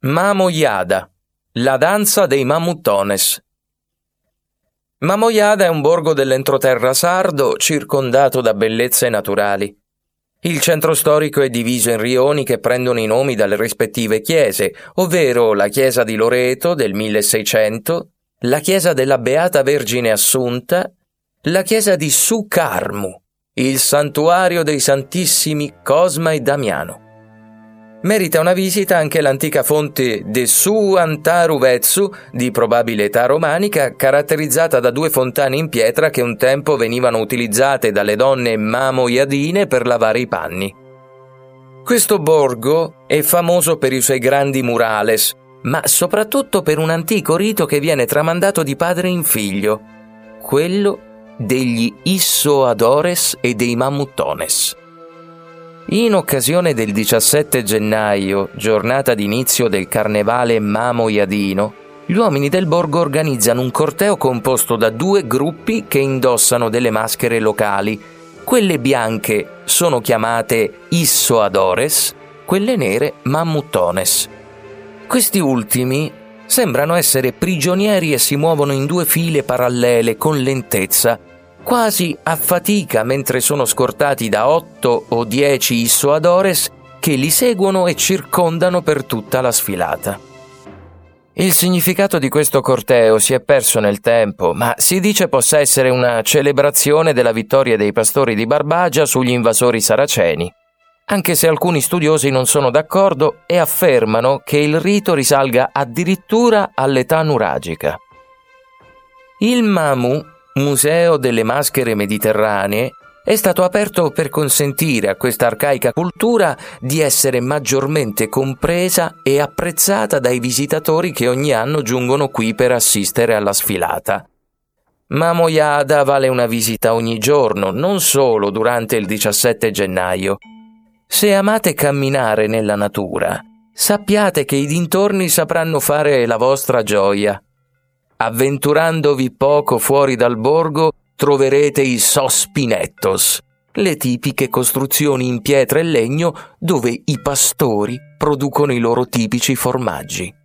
Mamoiada, la danza dei Mammutones. Mamoiada è un borgo dell'entroterra sardo circondato da bellezze naturali. Il centro storico è diviso in rioni che prendono i nomi dalle rispettive chiese, ovvero la chiesa di Loreto del 1600, la chiesa della Beata Vergine Assunta, la chiesa di Su Carmu, il santuario dei Santissimi Cosma e Damiano. Merita una visita anche l'antica fonte de Su Antaruvezzu, di probabile età romanica, caratterizzata da due fontane in pietra che un tempo venivano utilizzate dalle donne mamoiadine per lavare i panni. Questo borgo è famoso per i suoi grandi murales, ma soprattutto per un antico rito che viene tramandato di padre in figlio, quello degli Issoadores e dei Mammutones. In occasione del 17 gennaio, giornata d'inizio del carnevale mamoiadino, gli uomini del borgo organizzano un corteo composto da due gruppi che indossano delle maschere locali. Quelle bianche sono chiamate Issoadores, quelle nere Mammutones. Questi ultimi sembrano essere prigionieri e si muovono in due file parallele con lentezza, quasi a fatica mentre sono scortati da 8 o 10 Issoadores che li seguono e circondano per tutta la sfilata. Il significato di questo corteo si è perso nel tempo, ma si dice possa essere una celebrazione della vittoria dei pastori di Barbagia sugli invasori saraceni, anche se alcuni studiosi non sono d'accordo e affermano che il rito risalga addirittura all'età nuragica. Il Mamu, Museo delle maschere mediterranee, è stato aperto per consentire a questa arcaica cultura di essere maggiormente compresa e apprezzata dai visitatori che ogni anno giungono qui per assistere alla sfilata. Mamoiada vale una visita ogni giorno, non solo durante il 17 gennaio. Se amate camminare nella natura, sappiate che i dintorni sapranno fare la vostra gioia. Avventurandovi poco fuori dal borgo, troverete i sospinettos, le tipiche costruzioni in pietra e legno dove i pastori producono i loro tipici formaggi.